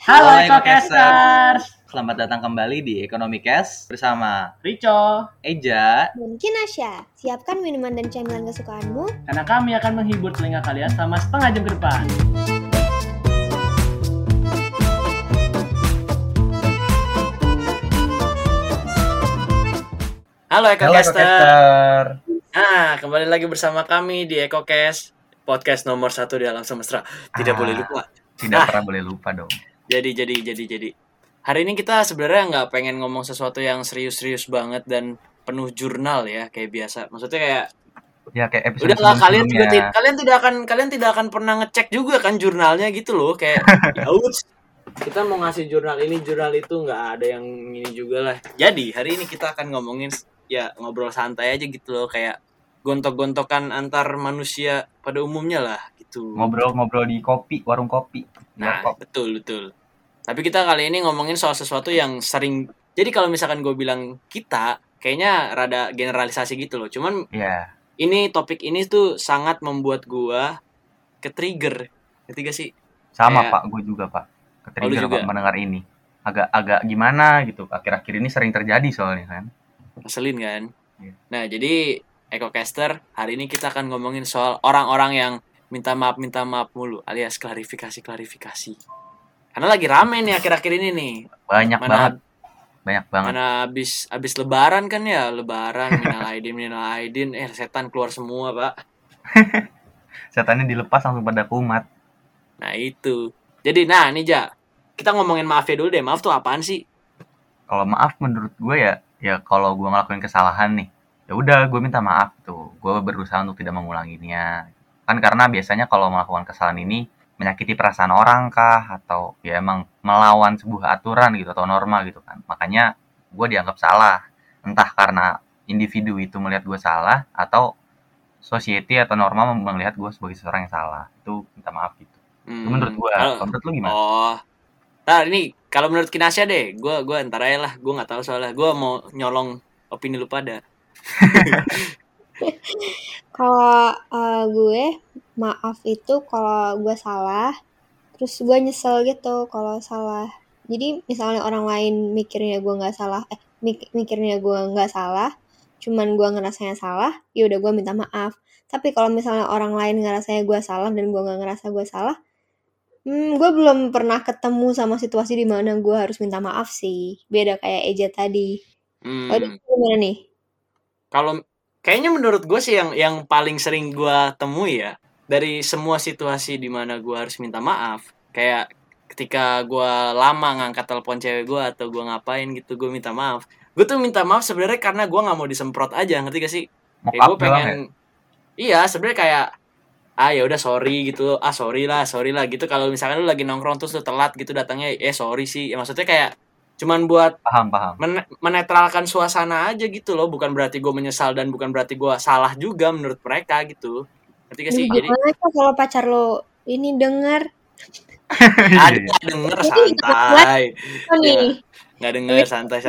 Halo Ekokasters, selamat datang kembali di Ekonomi Cash bersama Rico, Eja, dan Kinasya. Siapkan minuman dan camilan kesukaanmu, karena kami akan menghibur telinga kalian selama setengah jam ke depan. Halo Ekocaster. Nah, kembali lagi bersama kami di EkoCast, podcast nomor 1 di alam semesta. Tidak boleh lupa. Tidak pernah boleh lupa dong. Jadi. Hari ini kita sebenarnya nggak pengen ngomong sesuatu yang serius-serius banget dan penuh jurnal ya, kayak biasa. Maksudnya kayak episode udahlah, kalian tidak akan pernah ngecek juga kan jurnalnya gitu loh, kayak ya kita mau ngasih jurnal ini jurnal itu, nggak ada yang ini juga lah. Jadi hari ini kita akan ngomongin ya ngobrol santai aja gitu loh, kayak gontok-gontokan antar manusia pada umumnya lah gitu. Ngobrol di warung kopi. Nah, betul. Tapi kita kali ini ngomongin soal sesuatu yang sering. Jadi kalau misalkan gue bilang kita, kayaknya rada generalisasi gitu loh. Cuman ini topik ini tuh sangat membuat gue ke-trigger. Ngerti gak sih? Sama kayak, Pak, gue juga Pak. Ke-trigger Pak mendengar ini. Agak gimana gitu. Akhir-akhir ini sering terjadi soalnya kan. Ngeselin kan? Yeah. Nah, jadi Ekocaster, hari ini kita akan ngomongin soal orang-orang yang minta maaf mulu, alias klarifikasi. Karena lagi rame nih akhir-akhir ini nih. Banyak banget. Mana abis lebaran kan ya, minal aidin, setan keluar semua, Pak. Setannya dilepas langsung pada kumat. Nah, itu. Jadi nih Ja, kita ngomongin maaf ya dulu deh. Maaf tuh apaan sih? Kalau maaf menurut gue ya kalau gue ngelakuin kesalahan nih, ya udah gue minta maaf tuh. Gue berusaha untuk tidak mengulanginya. Kan karena biasanya kalau melakukan kesalahan ini menyakiti perasaan orang kah, atau ya emang melawan sebuah aturan gitu atau norma gitu kan. Makanya gue dianggap salah. Entah karena individu itu melihat gue salah, atau society atau norma melihat gue sebagai seseorang yang salah. Itu minta maaf gitu. Itu menurut gue. Kalau menurut lu gimana? Oh. Nah, ini kalau menurut Kinasya deh, gue entar aja lah. Gue nggak tahu soalnya. Gue mau nyolong opini lu pada. Kalau gue maaf itu kalau gue salah, terus gue nyesel gitu kalau salah. Jadi misalnya orang lain mikirnya gue nggak salah, mikirnya gue nggak salah, cuman gue ngerasanya salah, ya udah gue minta maaf. Tapi kalau misalnya orang lain ngerasanya gue salah dan gue nggak ngerasa gue salah, gue belum pernah ketemu sama situasi di mana gue harus minta maaf sih. Beda kayak Eja tadi. Gimana nih? Kalau kayaknya menurut gue sih yang paling sering gue temui ya, dari semua situasi di mana gue harus minta maaf, kayak ketika gue lama ngangkat telepon cewek gue atau gue ngapain gitu, gue minta maaf. Gue tuh minta maaf sebenarnya karena gue nggak mau disemprot aja, ngerti gak sih? Kayak gue pengen, iya sebenarnya kayak ya udah sorry gitu, sorry lah gitu. Kalau misalkan lu lagi nongkrong terus lu telat gitu datangnya, sorry sih. Ya, maksudnya kayak cuman buat paham menetralkan suasana aja gitu loh, bukan berarti gue menyesal dan bukan berarti gue salah juga menurut mereka gitu. Ngerti gak sih? Jadi kalau pacar lo ini denger nggak denger santai. Nggak denger santai.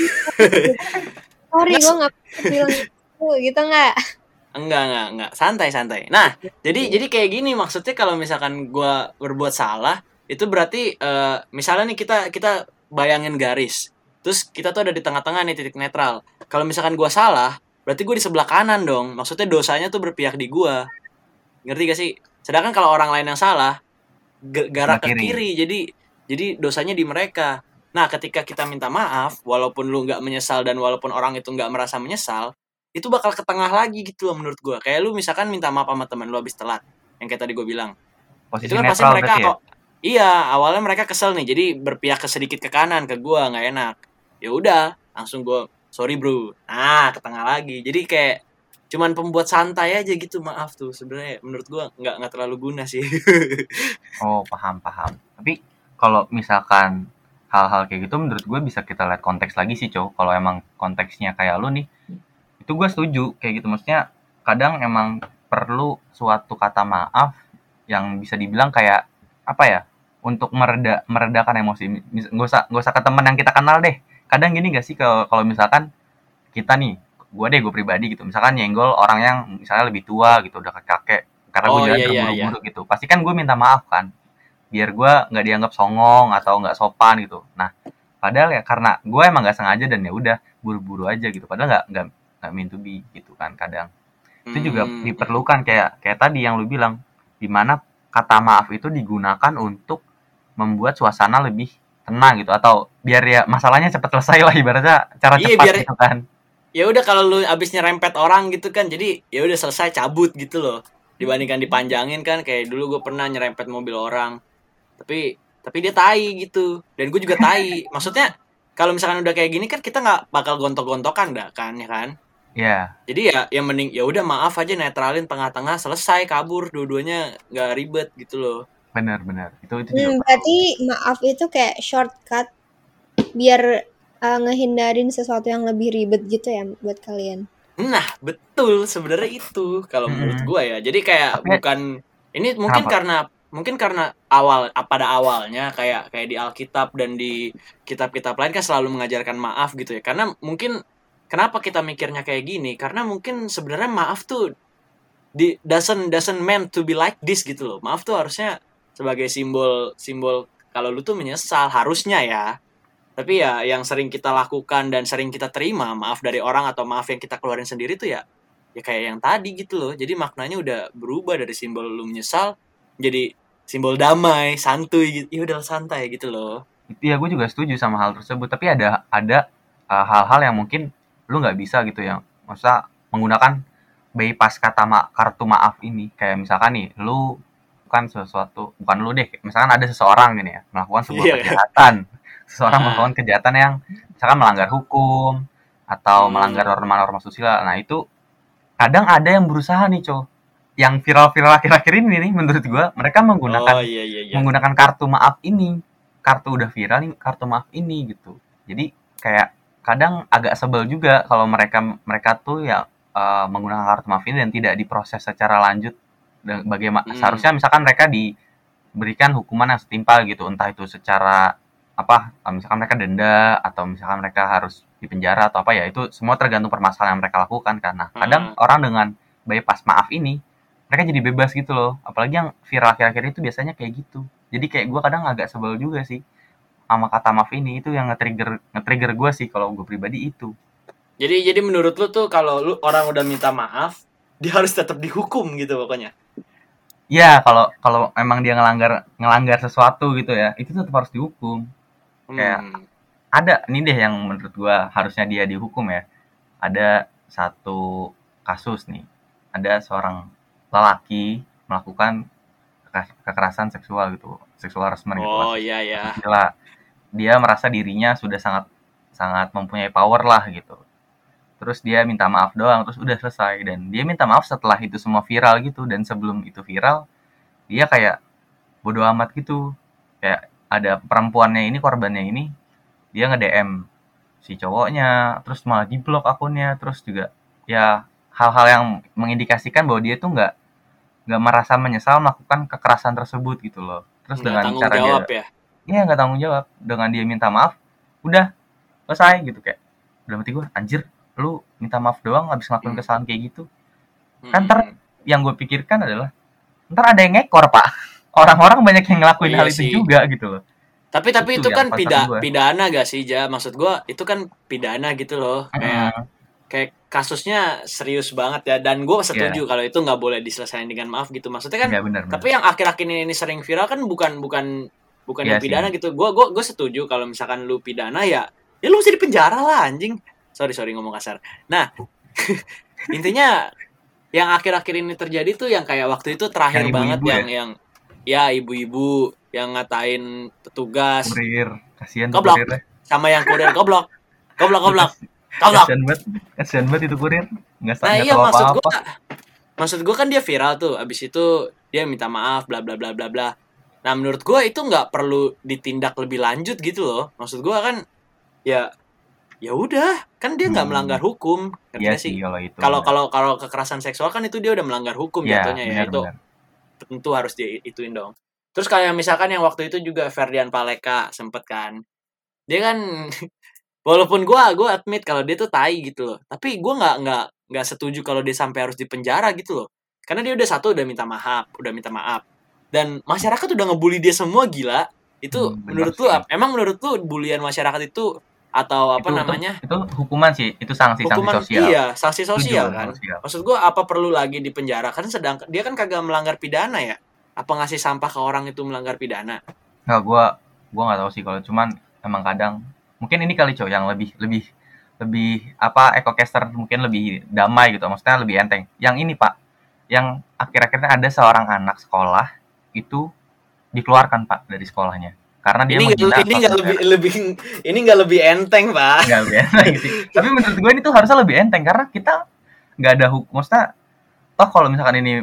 Sorry, gue nggak bilang gitu nggak? Enggak, santai. Nah, jadi kayak gini maksudnya, kalau misalkan gue berbuat salah, itu berarti misalnya nih kita bayangin garis, terus kita tuh ada di tengah-tengah nih, titik netral. Kalau misalkan gue salah, berarti gue di sebelah kanan dong. Maksudnya dosanya tuh berpihak di gue. Ngerti gak sih? Sedangkan kalau orang lain yang salah, gerak ke kiri. Jadi dosanya di mereka. Nah, ketika kita minta maaf, walaupun lu gak menyesal dan walaupun orang itu gak merasa menyesal, itu bakal ke tengah lagi gitu loh menurut gue. Kayak lu misalkan minta maaf sama teman lu habis telat, yang kayak tadi gue bilang. Posisi itu kan pasti mereka iya, awalnya mereka kesel nih, jadi berpihak ke sedikit ke kanan, ke gue nggak enak. Ya udah, langsung gue sorry bro. Ke tengah lagi. Jadi kayak cuman pembuat santai aja gitu, maaf tuh. Sebenarnya menurut gue nggak terlalu guna sih. Oh, paham. Tapi kalau misalkan hal-hal kayak gitu, menurut gue bisa kita lihat konteks lagi sih, Cow. Kalau emang konteksnya kayak lu nih, itu gue setuju kayak gitu. Maksudnya kadang emang perlu suatu kata maaf yang bisa dibilang kayak apa ya, untuk meredakan emosi. Nggak usah ke teman yang kita kenal deh. Kadang gini gak sih, kalau misalkan kita nih, gue pribadi gitu, misalkan nyenggol orang yang misalnya lebih tua gitu, udah kakek, karena gue jalan terburu-buru gitu, pasti kan gue minta maaf kan. biar gue nggak dianggap songong atau nggak sopan gitu. Nah, padahal ya karena gue emang nggak sengaja dan ya udah buru-buru aja gitu. Padahal nggak mean to be gitu kan kadang. Itu juga diperlukan kayak tadi yang lu bilang, di mana kata maaf itu digunakan untuk membuat suasana lebih tenang gitu atau biar ya masalahnya cepat selesai lah ibaratnya cara Iya, cepat biar gitu kan. ya udah kalau lu abis nyerempet orang gitu kan, jadi ya udah selesai cabut gitu loh, dibandingkan dipanjangin kan. Kayak dulu gue pernah nyerempet mobil orang, tapi dia tai gitu, dan gue juga tai. Maksudnya kalau misalkan udah kayak gini kan kita nggak bakal gontok-gontokan dah kan, ya kan. Iya, Jadi ya yang mending ya udah maaf aja, netralin tengah-tengah, selesai, kabur dua-duanya, nggak ribet gitu loh. benar. Itu juga perlu. Berarti maaf itu kayak shortcut biar ngehindarin sesuatu yang lebih ribet gitu ya buat kalian. Nah, betul, sebenarnya itu kalau menurut Mm-mm. gue ya. Jadi kayak Tapi bukan ini kenapa? mungkin karena pada awalnya kayak di Alkitab dan di kitab-kitab lain kan selalu mengajarkan maaf gitu ya. Karena mungkin kenapa kita mikirnya kayak gini? Karena mungkin sebenarnya maaf tuh doesn't meant to be like this gitu loh. Maaf tuh harusnya sebagai simbol kalau lu tuh menyesal harusnya ya. Tapi ya yang sering kita lakukan dan sering kita terima maaf dari orang atau maaf yang kita keluarin sendiri tuh ya kayak yang tadi gitu loh. Jadi maknanya udah berubah dari simbol lu menyesal jadi simbol damai, santuy gitu. Ya udah santai gitu loh. Iya, gue juga setuju sama hal tersebut. Tapi ada hal-hal yang mungkin lu nggak bisa gitu ya. Maksudnya menggunakan bypass kartu maaf ini. Kayak misalkan nih, lu bukan lu deh. Misalkan ada seseorang gini ya, melakukan sebuah Iya. kejahatan. Seseorang Ah. melakukan kejahatan yang misalkan melanggar hukum atau melanggar Hmm. norma-norma susila. Nah, itu kadang ada yang berusaha nih, yang viral-viral akhir-akhir ini nih menurut gue mereka Oh menggunakan iya. menggunakan kartu maaf ini, kartu udah viral nih kartu maaf ini gitu. Jadi kayak kadang agak sebel juga kalau mereka mereka tuh ya menggunakan kartu maaf ini dan tidak diproses secara lanjut dan bagaimana seharusnya misalkan mereka diberikan hukuman yang setimpal gitu, entah itu secara apa, misalkan mereka denda atau misalkan mereka harus dipenjara atau apa ya, itu semua tergantung permasalahan yang mereka lakukan kan. Nah, kadang orang dengan bypass maaf ini mereka jadi bebas gitu loh. Apalagi yang viral akhir-akhir itu biasanya kayak gitu. Jadi kayak gue kadang agak sebel juga sih sama kata maaf ini. Itu yang nge-trigger gue sih kalau gue pribadi itu. Jadi menurut lu tuh kalau lu orang udah minta maaf, dia harus tetap dihukum gitu pokoknya. Ya, kalau emang dia ngelanggar sesuatu gitu ya, itu tetap harus dihukum. Kayak ada nih deh yang menurut gue harusnya dia dihukum ya. Ada satu kasus nih. Ada seorang lelaki melakukan kekerasan seksual gitu, seksual harassment gitu Oh kasus iya ya. asusila. Dia merasa dirinya sudah sangat sangat mempunyai power lah gitu. Terus dia minta maaf doang, terus udah selesai. Dan dia minta maaf setelah itu semua viral gitu. Dan sebelum itu viral, dia kayak bodo amat gitu. Kayak ada perempuannya ini, korbannya ini, dia nge-DM si cowoknya, terus malah di-block akunnya, terus juga ya hal-hal yang mengindikasikan bahwa dia tuh nggak merasa menyesal melakukan kekerasan tersebut gitu loh. Terus Nggak dengan tanggung cara jawab dia, ya. iya nggak tanggung jawab, dengan dia minta maaf, udah selesai gitu. Kayak udah mati gue, anjir lu minta maaf doang habis ngelakuin kesalahan kayak gitu. Kan ntar yang gue pikirkan adalah ntar ada yang ngekor pak, orang-orang banyak yang ngelakuin hal itu sih. juga gitu loh. Tapi itu yang kan concern gue. pidana gak sih, Ja? Maksud gue itu kan pidana gitu loh. Kayak kasusnya serius banget ya. Dan gue setuju kalau itu nggak boleh diselesaikan dengan maaf gitu. Maksudnya kan. Bener. Tapi yang akhir-akhir ini sering viral kan bukan yang pidana gitu. Gue setuju kalau misalkan lu pidana ya lu mesti dipenjara lah anjing. Sorry ngomong kasar. Nah intinya yang akhir-akhir ini terjadi tuh yang kayak waktu itu terakhir yang banget ibu-ibu yang ya ibu-ibu yang ngatain petugas kurir, kasihan tuh goblok kurirnya. sama yang kurir goblok Kasihan banget itu kurir. Nah iya tahu maksud gue kan dia viral tuh, abis itu dia minta maaf bla bla bla bla bla. Nah menurut gue itu nggak perlu ditindak lebih lanjut gitu loh. Maksud gue kan ya udah kan dia nggak melanggar hukum, ngerti iya gak sih? Kalau kekerasan seksual kan itu dia udah melanggar hukum jatuhnya ya, itu tentu harus diituin dong. Terus kayak misalkan yang waktu itu juga Ferdian Paleka sempet kan, dia kan walaupun gue admit kalau dia tuh tai gitu loh, tapi gue nggak setuju kalau dia sampai harus dipenjara gitu loh, karena dia udah minta maaf dan masyarakat udah ngebully dia semua, gila. Itu Bener menurut lu sih. emang menurut lu bulian masyarakat itu atau apa namanya? Itu hukuman sih, itu sanksi Hukuman, sosial. iya, sanksi Setuju, sosial kan. sosial. Maksud gua apa perlu lagi di penjara? Kan sedang dia kan kagak melanggar pidana ya. Apa ngasih sampah ke orang itu melanggar pidana? Nggak, gua nggak tahu sih kalau, cuman emang kadang mungkin ini kali cow yang lebih lebih lebih apa, ekocaster mungkin lebih damai gitu, maksudnya lebih enteng. Yang ini Pak, yang akhir-akhirnya ada seorang anak sekolah itu dikeluarkan Pak dari sekolahnya karena dia menghina Ini nggak ini nggak lebih enteng, Pak. nggak lebih enteng sih. Tapi menurut gue ini tuh harusnya lebih enteng karena kita nggak ada hukum. Maksudnya, toh kalau misalkan ini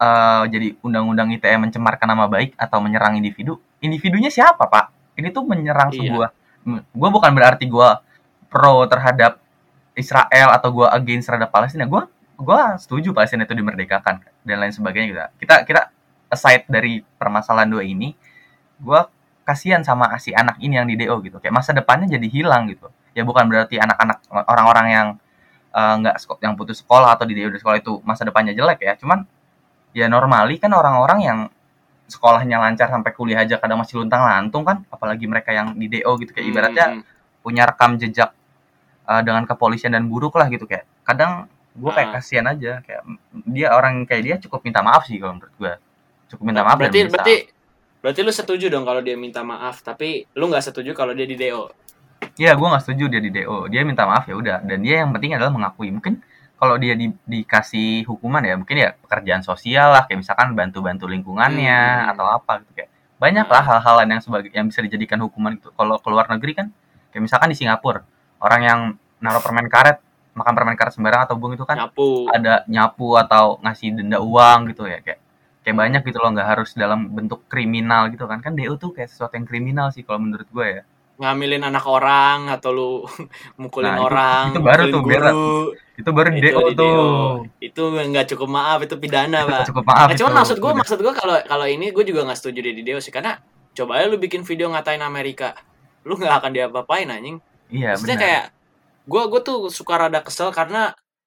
jadi undang-undang ITE mencemarkan nama baik atau menyerang individu, individunya siapa Pak? Ini tuh menyerang sebuah. Gue bukan berarti gue pro terhadap Israel atau gue against terhadap Palestina. Gue setuju Palestina itu dimerdekakan dan lain sebagainya gitu. Kita aside dari permasalahan dua ini, gue kasihan sama si anak ini yang di DO gitu. Kayak masa depannya jadi hilang gitu. Ya bukan berarti anak-anak orang-orang yang nggak yang putus sekolah atau di DO dari sekolah itu masa depannya jelek ya. Cuman ya normali kan orang-orang yang sekolahnya lancar sampai kuliah aja kadang masih luntang-lantung kan, apalagi mereka yang di DO gitu, kayak ibaratnya punya rekam jejak dengan kepolisian dan buruk lah gitu. Kayak kadang gue kayak kasihan aja, kayak dia orang kayak dia cukup minta maaf sih kalau menurut gue, cukup minta maaf. Berarti lu setuju dong kalau dia minta maaf, tapi lu nggak setuju kalau dia di DO? Iya, gue nggak setuju dia di DO. Dia minta maaf ya udah, dan dia yang penting adalah mengakui. Mungkin kalau dia dikasih hukuman ya mungkin ya pekerjaan sosial lah, kayak misalkan bantu-bantu lingkungannya atau apa gitu. Kayak banyak lah hal-hal yang yang bisa dijadikan hukuman gitu. Kalau keluar negeri kan kayak misalkan di Singapura, orang yang naruh permen karet, makan permen karet sembarang atau bung itu kan ada nyapu atau ngasih denda uang gitu ya, kayak banyak gitu loh, nggak harus dalam bentuk kriminal gitu kan. DO tuh kayak sesuatu yang kriminal sih kalau menurut gue ya. Ngambilin anak orang atau lu mukulin orang, itu baru tuh guru, itu baru di DO tuh. Itu nggak cukup maaf, itu pidana, Pak. Cukup maaf. Cuman maksud gue kalau ini gue juga nggak setuju dia di DO sih, karena coba aja lu bikin video ngatain Amerika, lu nggak akan diapa-apain anjing. Iya, maksudnya bener. Kayak gue tuh suka rada kesel karena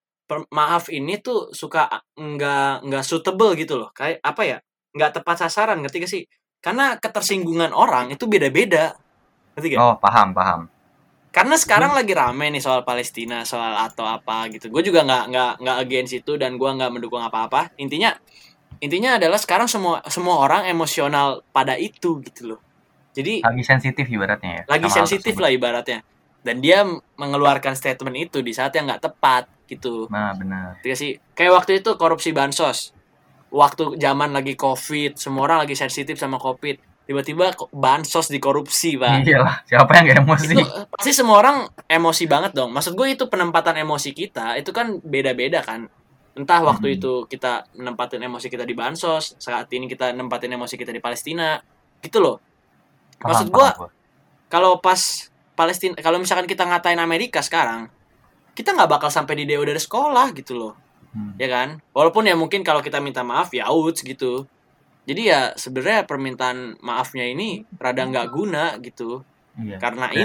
maaf ini tuh suka nggak suitable gitu loh, kayak apa ya, nggak tepat sasaran, ngerti gak sih? Karena ketersinggungan orang itu beda-beda. Oh, paham. Karena sekarang lagi rame nih soal Palestina, soal atau apa gitu. Gue juga nggak against itu dan gue nggak mendukung apa-apa. Intinya adalah sekarang semua orang emosional pada itu gitu loh. Jadi lagi sensitif ibaratnya ya. Lagi sensitif lah ibaratnya. Dan dia mengeluarkan statement itu di saat yang nggak tepat gitu. Nah, benar. Tidak sih. Kayak waktu itu korupsi bansos. Waktu zaman lagi COVID, semua orang lagi sensitif sama COVID. Tiba-tiba bansos dikorupsi, Pak. Iyalah, siapa yang gak emosi? Itu, pasti semua orang emosi banget dong. Maksud gue itu penempatan emosi kita, itu kan beda-beda kan. Entah waktu itu kita menempatin emosi kita di bansos, saat ini kita nempatin emosi kita di Palestina. Gitu loh. Maksud gue, kalau pas Palestina, kalau misalkan kita ngatain Amerika sekarang, kita nggak bakal sampai di DO dari sekolah gitu loh. Ya kan? Walaupun ya mungkin kalau kita minta maaf ya outs gitu. Jadi ya sebenarnya permintaan maafnya ini rada nggak guna gitu. Iya.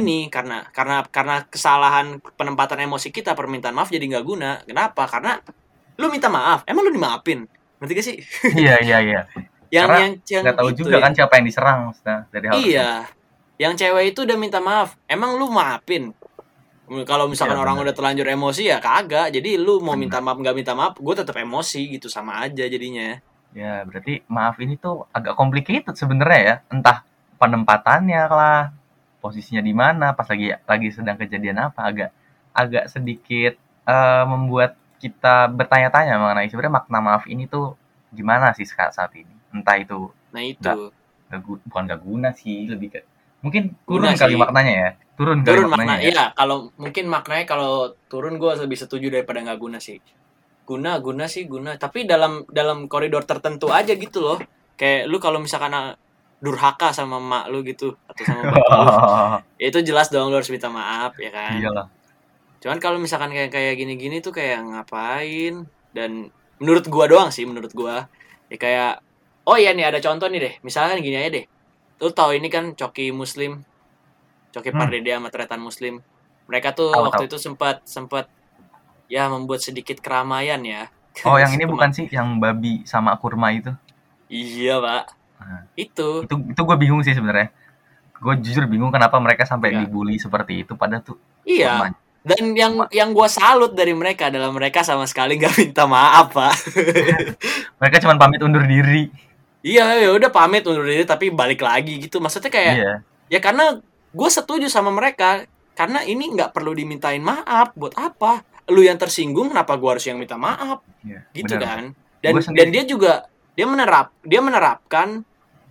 Karena kesalahan penempatan emosi kita, permintaan maaf jadi nggak guna. Kenapa? Karena lu minta maaf, emang lu dimaafin? Ngerti gak sih? Iya. yang nggak tahu juga ya. Kan siapa yang diserang dari hal itu. Yang cewek itu udah minta maaf, emang lu maafin? Kalau misalkan orang udah terlanjur emosi ya kagak. Jadi lu mau minta maaf nggak minta maaf, gue tetap emosi gitu, sama aja jadinya. Ya, berarti maaf ini tuh agak complicated sebenarnya ya. Entah penempatannya lah, posisinya di mana, pas lagi sedang kejadian apa, agak sedikit membuat kita bertanya-tanya mengenai sebenarnya makna maaf ini tuh gimana sih saat ini. Entah itu. Nah, itu. Bukan gak guna sih, lebih ke mungkin turun kali maknanya ya. Turun maknanya. Iya, kalau mungkin maknanya kalau turun gue lebih setuju daripada gak guna sih. Guna sih, tapi dalam koridor tertentu aja gitu loh. Kayak lu kalau misalkan durhaka sama emak lu gitu atau sama bapak lu, ya itu jelas dong lu harus minta maaf ya kan. Iyalah. Cuman kalau misalkan kayak gini-gini tuh kayak ngapain? Dan menurut gua doang sih, ya kayak oh iya nih ada contoh nih deh. Misalkan gini aja deh. Lu tahu ini kan Coki Muslim, Coki Pardede sama Tretan Muslim. Mereka tuh waktu itu sempat ya membuat sedikit keramaian ya. Oh, yang ini bukan sih yang babi sama kurma itu? Iya, Pak. Nah, Itu. itu gue bingung sih sebenarnya. Gue jujur bingung kenapa mereka sampai Iya. dibully seperti itu, padahal tuh Iya. Dan yang gue salut dari mereka adalah mereka sama sekali nggak minta maaf, Pak. mereka cuma pamit undur diri. Iya, ya udah pamit undur diri tapi balik lagi gitu. Maksudnya kayak Iya. ya karena gue setuju sama mereka karena ini nggak perlu dimintain maaf. Buat apa? Lu yang tersinggung kenapa gue harus yang minta maaf? Iya, Gitu benar. kan. Gua Dan sendiri. dia juga dia menerapkan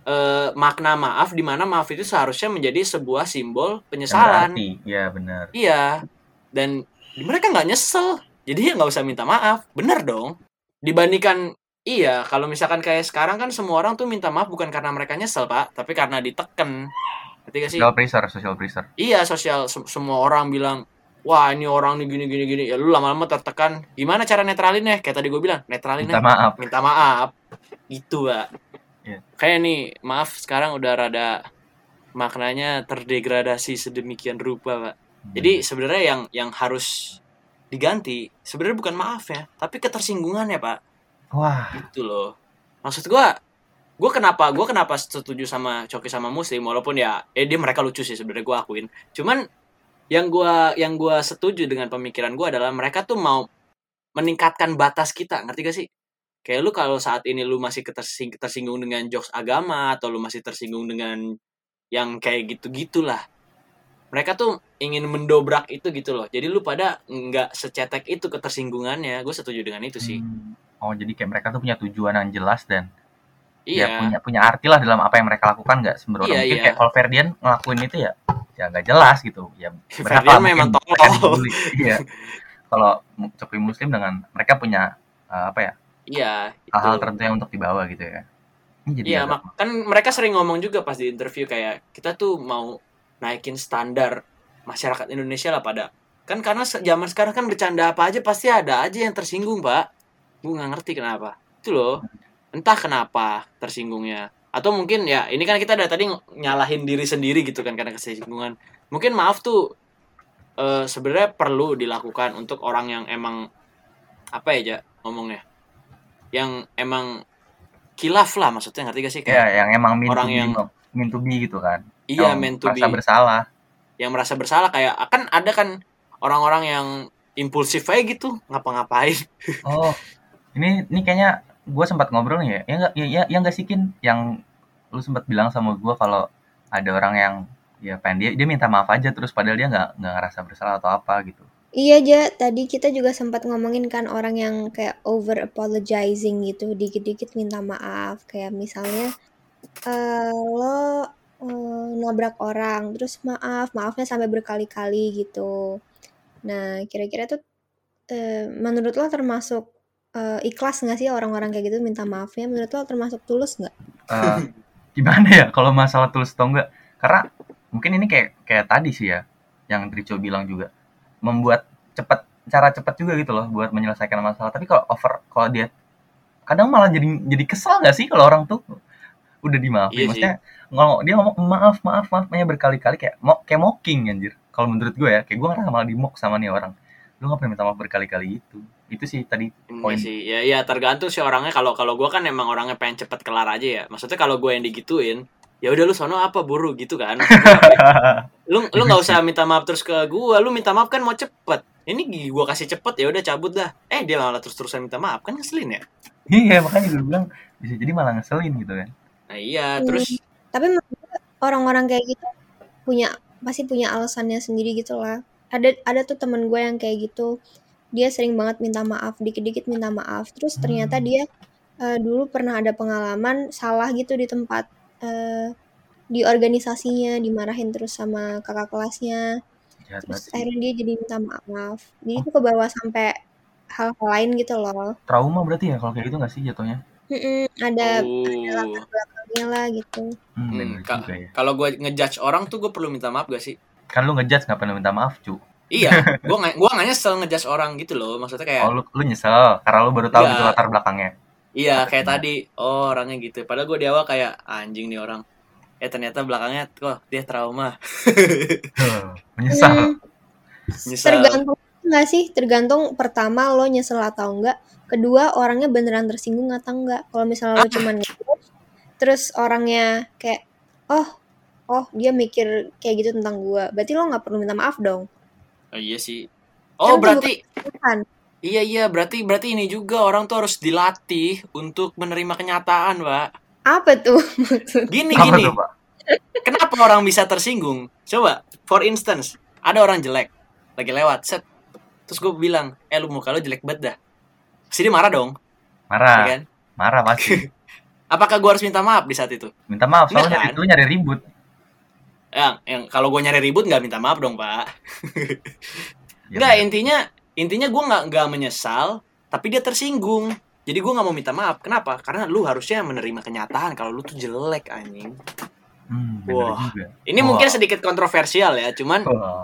makna maaf di mana maaf itu seharusnya menjadi sebuah simbol Yang penyesalan. berarti, iya benar. Iya. Dan mereka nggak nyesel. Jadi ya nggak usah minta maaf. Bener dong. Dibandingkan iya, kalau misalkan kayak sekarang kan semua orang tuh minta maaf bukan karena mereka nyesel, Pak, tapi karena diteken. Ngerti gak sih? Social pressure. Iya, semua orang bilang, "Wah, ini orang nih gini." Ya lu lama-lama tertekan. Gimana cara netralinnya? Kayak tadi gue bilang, netralinnya minta maaf. Gitu, Pak. Iya. Kayak nih, maaf sekarang udah rada maknanya terdegradasi sedemikian rupa, Pak. Jadi sebenarnya yang harus diganti sebenarnya bukan maaf ya, tapi ketersinggungannya, Pak. Wah, Gitu loh. Maksud gue kenapa setuju sama Coki sama Muslim walaupun ya dia mereka lucu sih sebenarnya gue akuin. Cuman yang gue setuju dengan pemikiran gue adalah mereka tuh mau meningkatkan batas kita, ngerti gak sih? Kayak lu kalau saat ini lu masih tersinggung dengan jokes agama atau lu masih tersinggung dengan yang kayak gitu-gitulah. Mereka tuh ingin mendobrak itu gitu loh. Jadi lu pada nggak secetek itu ketersinggungannya. Gue setuju dengan itu sih. Oh, jadi kayak mereka tuh punya tujuan yang jelas dan Iya. ya punya arti lah dalam apa yang mereka lakukan, nggak sembrono. Iya, Mungkin iya. kayak kalau Ferdian ngelakuin itu ya nggak jelas gitu. Ya berhak Ferdian lah memang mungkin mereka tolol. dibully. Iya. Kalau Coki Muslim dengan mereka punya apa ya? Iya, hal-hal itu. tertentu yang untuk dibawa gitu ya. Ini jadi Iya, agak kan mereka sering ngomong juga pas di interview kayak kita tuh mau naikin standar masyarakat Indonesia lah pada. Kan karena zaman sekarang kan bercanda apa aja pasti ada aja yang tersinggung, Pak. Gue nggak ngerti kenapa. Itu loh. Entah kenapa tersinggungnya. Atau mungkin ya ini kan kita dari tadi nyalahin diri sendiri gitu kan karena kesinggungan. Mungkin maaf tuh sebenarnya perlu dilakukan untuk orang yang emang apa ya ngomongnya, yang emang kilaf lah maksudnya, ngerti gak sih kayak ya yang emang orang yang mean to be gitu kan. iya Yang meant to merasa be, bersalah. yang merasa bersalah kayak akan ada kan orang-orang yang impulsif aja gitu ngapa-ngapain. Oh, ini kayaknya gue sempat ngobrol nih ya nggak sih Kin, yang lu sempat bilang sama gue kalau ada orang yang ya pengen dia minta maaf aja terus padahal dia nggak ngerasa bersalah atau apa gitu. Iya, Ja, tadi kita juga sempat ngomongin kan orang yang kayak over apologizing gitu, dikit-dikit minta maaf. Kayak misalnya lo nabrak orang, terus maafnya sampai berkali-kali gitu. Nah, kira-kira tuh menurut lo termasuk ikhlas nggak sih orang-orang kayak gitu minta maafnya? Menurut lo termasuk tulus nggak? Gimana ya kalau masalah tulus atau enggak? Karena mungkin ini kayak tadi sih ya, yang Trico bilang juga membuat cara cepat juga gitu loh buat menyelesaikan masalah. Tapi kalau dia kadang malah jadi kesal nggak sih kalau orang tuh udah dimaafin. Iya Maksudnya dia ngomong maafnya berkali-kali kayak mocking anjir. Kalau menurut gue ya, kayak gue ngerasa malah di-mock sama nih orang. Lu nggak pernah minta maaf berkali-kali itu. Itu sih tadi poin. sih. Ya tergantung sih orangnya. Kalau gue kan emang orangnya pengen cepet kelar aja ya. Maksudnya kalau gue yang digituin, ya udah lu sono apa buru gitu kan. Lu nggak usah minta maaf terus ke gue. Lu minta maaf kan mau cepet. Ini gue kasih cepet ya udah cabut dah. Dia malah terus-terusan minta maaf kan ngeselin ya. Iya, makanya gue bilang bisa jadi malah ngeselin gitu kan. Nah iya, terus tapi orang-orang kayak gitu pasti punya alasannya sendiri gitu lah. Ada tuh temen gue yang kayak gitu, dia sering banget minta maaf, dikit-dikit minta maaf, terus ternyata dia dulu pernah ada pengalaman salah gitu di tempat di organisasinya, dimarahin terus sama kakak kelasnya, terus akhirnya dia jadi minta maaf. Jadi itu ke bawah sampai hal-hal lain gitu loh. Trauma berarti ya kalau kayak gitu nggak sih jatuhnya? Ada latar belakangnya lah gitu. Kalau gue ngejudge orang tuh gue perlu minta maaf gak sih? Kan lu ngejudge nggak pernah minta maaf cu. Iya, gue nggak nyesel ngejudge orang gitu loh, maksudnya kayak. Oh lu nyesel karena lu baru tahu gitu latar belakangnya. Iya kayak tadi, orangnya gitu. Padahal gue di awal kayak anjing nih orang. Ternyata belakangnya dia trauma. Menyesal. Tergantung nggak sih? Tergantung pertama lo nyesel atau enggak. Kedua orangnya beneran tersinggung atau enggak. Kalau misalnya lo cuman ngejudge, terus orangnya kayak oh dia mikir kayak gitu tentang gue, berarti lo nggak perlu minta maaf dong. Oh, iya sih. Kan Oh itu berarti bukan. iya berarti ini juga orang tuh harus dilatih untuk menerima kenyataan, Pak. Apa tuh maksud? Gini Apa gini. tuh, Pak? Kenapa orang bisa tersinggung? Coba, for instance, ada orang jelek lagi lewat, set. Terus gue bilang, lu muka lu jelek banget dah. Pasti dia marah dong, ya Marah. kan? Marah pasti. Apakah gue harus minta maaf di saat itu? Minta maaf Enggak soalnya kan? itu nyari ribut. Yang kalau gue nyari ribut nggak minta maaf dong, Pak. Ya, Enggak, bener. intinya gue nggak menyesal, tapi dia tersinggung. Jadi gue nggak mau minta maaf. Kenapa? Karena lu harusnya menerima kenyataan kalau lu tuh jelek, anjing. Bener Wah, juga. ini mungkin sedikit kontroversial ya, cuman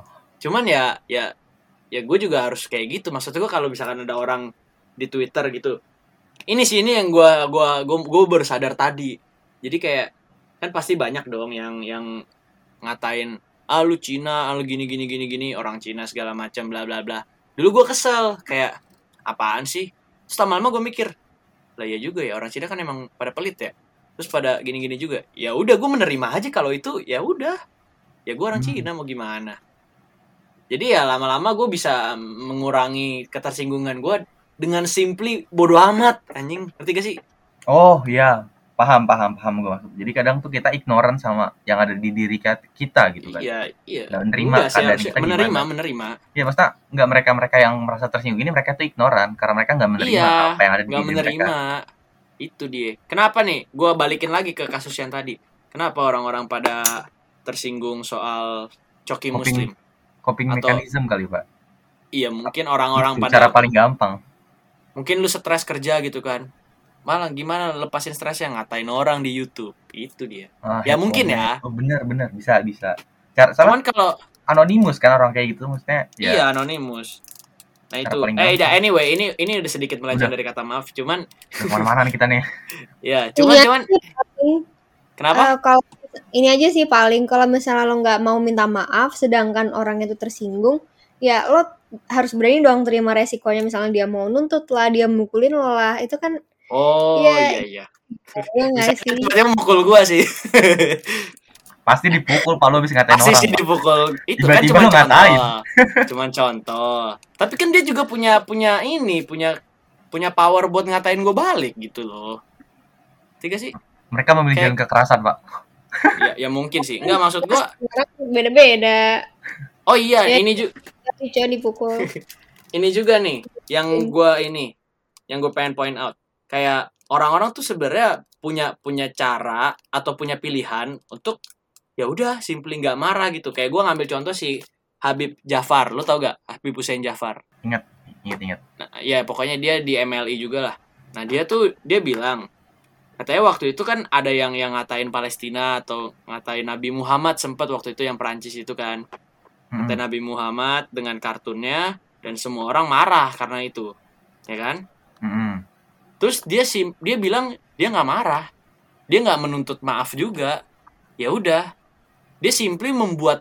ya gue juga harus kayak gitu. Maksud gue kalau misalkan ada orang di Twitter gitu, ini yang gue baru sadar tadi. Jadi kayak kan pasti banyak dong yang ngatain lu Cina, lu gini orang Cina segala macam bla bla bla. Dulu gue kesel kayak apaan sih? Terus lama-lama gue mikir, lah ya juga ya, orang Cina kan emang pada pelit ya. Terus pada gini juga. Ya udah gue menerima aja kalau itu, ya udah. Ya gue orang Cina mau gimana. Jadi ya lama-lama gue bisa mengurangi ketersinggungan gue dengan simply bodo amat, anjing. Ngerti gak sih? Oh iya, paham gue maksud. Jadi kadang tuh kita ignoran sama yang ada di diri kita gitu kan. Iya. Dan menerima keadaan kita menerima. Iya, maksudnya nggak mereka yang merasa tersinggung ini, mereka tuh ignoran karena mereka nggak menerima apa yang ada di diri mereka. Itu dia. Kenapa nih? Gue balikin lagi ke kasus yang tadi. Kenapa orang-orang pada tersinggung soal coki muslim? Coping mechanism kali, Pak. Iya, mungkin orang-orang pada cara paling gampang. Mungkin lu stres kerja gitu kan. Malah gimana lepasin stresnya, ngatain orang di YouTube. Itu dia. Ya mungkin ya. Oh, benar bisa. Cuman kalau anonimus kan orang kayak gitu maksudnya. Ya. Iya, anonimus. Nah itu. Anyway, ini udah sedikit melenceng dari kata maaf, cuman kemana-mana nih kita nih. Ya, cuman kenapa? Kalau ini aja sih paling, kalau misalnya lo nggak mau minta maaf, sedangkan orang itu tersinggung, ya lo harus berani dong terima resikonya. Misalnya dia mau nuntut lah, dia mukulin lo lah, itu kan. Oh iya. Ya nggak sih? Dia memukul gua sih. Pasti dipukul, Pak, lo bisa ngatain orang. Pasti dipukul. Itu tiba-tiba kan cuma contoh. Tapi kan dia juga punya power buat ngatain gue balik gitu loh. Tiga sih. Mereka memilih jalan kekerasan, Pak. Ya mungkin sih. Enggak, maksud gue beda-beda. Oh iya, ya, ini juga dipukul. Ini juga nih yang gue pengen point out. Kayak orang-orang tuh sebenarnya punya cara atau punya pilihan untuk ya udah simply nggak marah gitu. Kayak gue ngambil contoh si Habib Jafar, lo tau gak Habib Hussein Jafar? Ingat. Nah, ya pokoknya dia di MLI juga lah. Nah dia bilang, katanya waktu itu kan ada yang ngatain Palestina atau ngatain Nabi Muhammad, sempat waktu itu yang Perancis itu kan, ngatain Nabi Muhammad dengan kartunnya, dan semua orang marah karena itu, ya kan? Terus dia bilang dia nggak marah, dia nggak menuntut maaf juga, ya udah. Dia simply membuat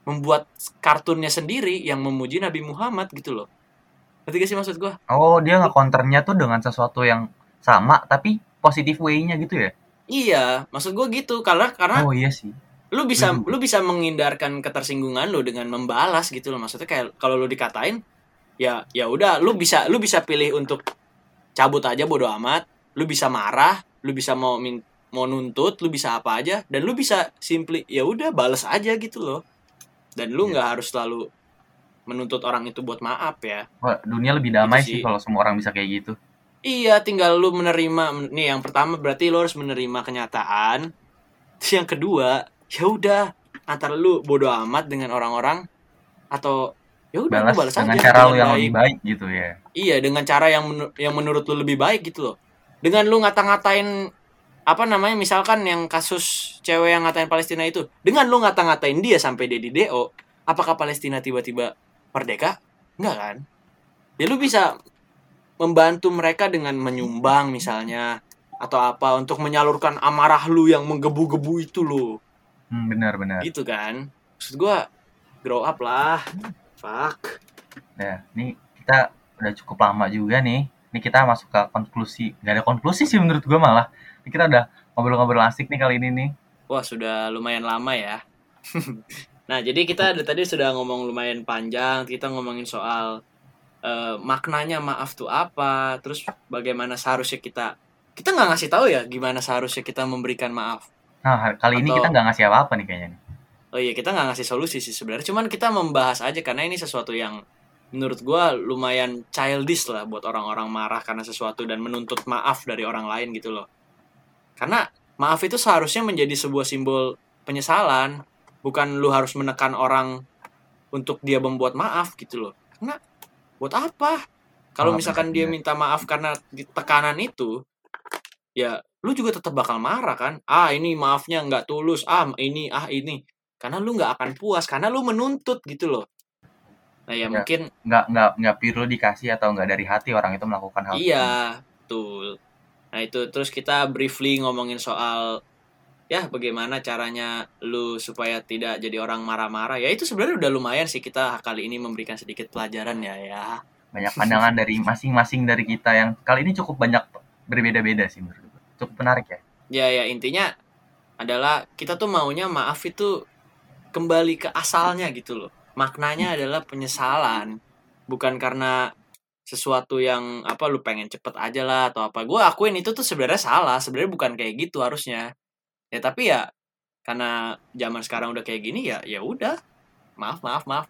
kartunnya sendiri yang memuji Nabi Muhammad gitu loh. Ngerti gak sih maksud gue? Oh, dia nge-counternya tuh dengan sesuatu yang sama tapi positive way-nya gitu ya? Iya, maksud gue gitu. Karena oh iya sih. Lu bisa menghindarkan ketersinggungan lu dengan membalas gitu loh. Maksudnya kayak kalau lu dikatain, ya udah, lu bisa pilih untuk cabut aja bodo amat. Lu bisa marah, lu bisa mau nuntut, lu bisa apa aja, dan lu bisa simply ya udah balas aja gitu loh. Dan lu nggak harus selalu menuntut orang itu buat maaf ya. Wah, dunia lebih damai sih kalau semua orang bisa kayak gitu. Iya, tinggal lu menerima. Nih yang pertama berarti lu harus menerima kenyataan. Terus yang kedua, ya udah, antara lu bodo amat dengan orang-orang atau ya udah lu balas aja dengan cara lu yang lebih baik gitu ya. Iya, dengan cara yang menurut lu lebih baik gitu loh. Dengan lu ngata-ngatain misalkan yang kasus cewek yang ngatain Palestina itu, dengan lu ngata-ngatain dia sampai dia di DO, apakah Palestina tiba-tiba merdeka? Enggak kan? Ya lu bisa membantu mereka dengan menyumbang misalnya atau apa untuk menyalurkan amarah lu yang menggebu-gebu itu lo. Benar. Gitu kan? Maksud gua grow up lah. Fuck. Nah, ini kita udah cukup lama juga nih. Ini kita masuk ke konklusi. Gak ada konklusi sih menurut gua malah. Kita udah ngobrol-ngobrol asik nih kali ini nih. Wah, sudah lumayan lama ya. Nah, jadi kita dari tadi sudah ngomong lumayan panjang. Kita ngomongin soal maknanya maaf tuh apa, terus bagaimana seharusnya kita nggak ngasih tahu ya gimana seharusnya kita memberikan maaf. Nah, kali ini kita nggak ngasih apa-apa nih kayaknya nih. Oh iya, kita nggak ngasih solusi sih sebenarnya. Cuman kita membahas aja karena ini sesuatu yang menurut gue lumayan childish lah buat orang-orang marah karena sesuatu dan menuntut maaf dari orang lain gitu loh. Karena maaf itu seharusnya menjadi sebuah simbol penyesalan, bukan lu harus menekan orang untuk dia membuat maaf gitu loh. Karena buat apa? Kalau misalkan dia minta maaf karena tekanan itu, ya lu juga tetap bakal marah kan? Ini maafnya nggak tulus, ini. Karena lu nggak akan puas, karena lu menuntut gitu loh. Nah ya mungkin nggak perlu dikasih atau nggak dari hati orang itu melakukan hal itu. Iya, betul. Nah itu terus kita briefly ngomongin soal ya bagaimana caranya lu supaya tidak jadi orang marah-marah. Ya itu sebenarnya udah lumayan sih, kita kali ini memberikan sedikit pelajaran ya. Banyak pandangan dari masing-masing dari kita yang kali ini cukup banyak berbeda-beda sih menurut gue. Cukup menarik ya. Ya intinya adalah kita tuh maunya maaf itu kembali ke asalnya gitu loh. Maknanya adalah penyesalan, bukan karena sesuatu yang lu pengen cepet aja lah atau apa. Gue akuin itu tuh sebenarnya salah, sebenarnya bukan kayak gitu harusnya. Ya tapi ya karena zaman sekarang udah kayak gini ya udah. Maaf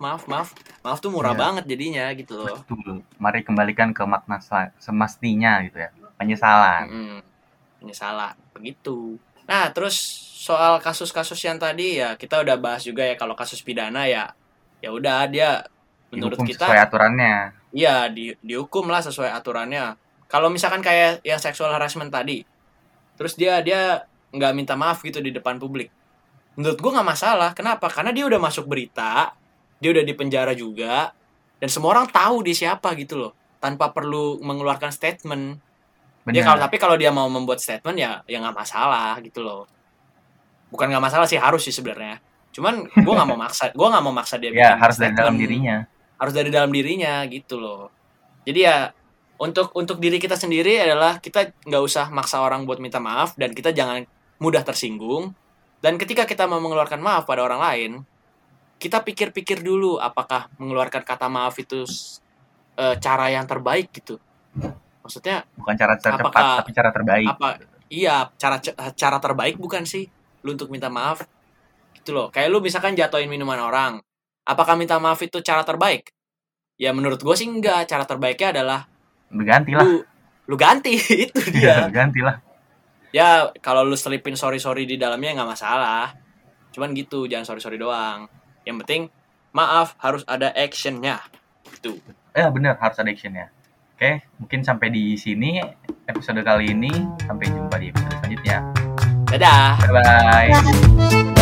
tuh murah banget jadinya gitu loh. Betul. Mari kembalikan ke makna semestinya gitu ya. Penyesalan. Penyesalan begitu. Nah, terus soal kasus-kasus yang tadi ya kita udah bahas juga ya, kalau kasus pidana ya udah dia menurut dihukum kita sesuai aturannya. Iya, dihukum lah sesuai aturannya. Kalau misalkan kayak yang sexual harassment tadi, terus dia nggak minta maaf gitu di depan publik, menurut gue nggak masalah. Kenapa? Karena dia udah masuk berita, dia udah di penjara juga, dan semua orang tahu dia siapa gitu loh, tanpa perlu mengeluarkan statement. Dia tapi kalau dia mau membuat statement ya nggak masalah gitu loh. Bukan nggak masalah sih, harus sih sebenarnya. Cuman gue nggak mau maksa dia bikin harus statement. dari dalam dirinya. Harus dari dalam dirinya gitu loh. Jadi ya untuk diri kita sendiri adalah kita nggak usah maksa orang buat minta maaf, dan kita jangan mudah tersinggung. Dan ketika kita mau mengeluarkan maaf pada orang lain, kita pikir-pikir dulu apakah mengeluarkan kata maaf itu cara yang terbaik gitu. Maksudnya bukan cara tercepat tapi cara terbaik. Iya, cara terbaik bukan sih lu untuk minta maaf gitu loh. Kayak lu misalkan jatuhin minuman orang, apakah minta maaf itu cara terbaik? Ya menurut gue sih enggak. Cara terbaiknya adalah lu ganti lah. Lu ganti itu dia. Gantilah. Ya kalau lu selipin sorry di dalamnya nggak masalah. Cuman gitu, jangan sorry doang. Yang penting maaf harus ada actionnya. Gitu. Bener, harus ada actionnya. Oke, mungkin sampai di sini episode kali ini. Sampai jumpa di episode selanjutnya. Dadah. Bye-bye.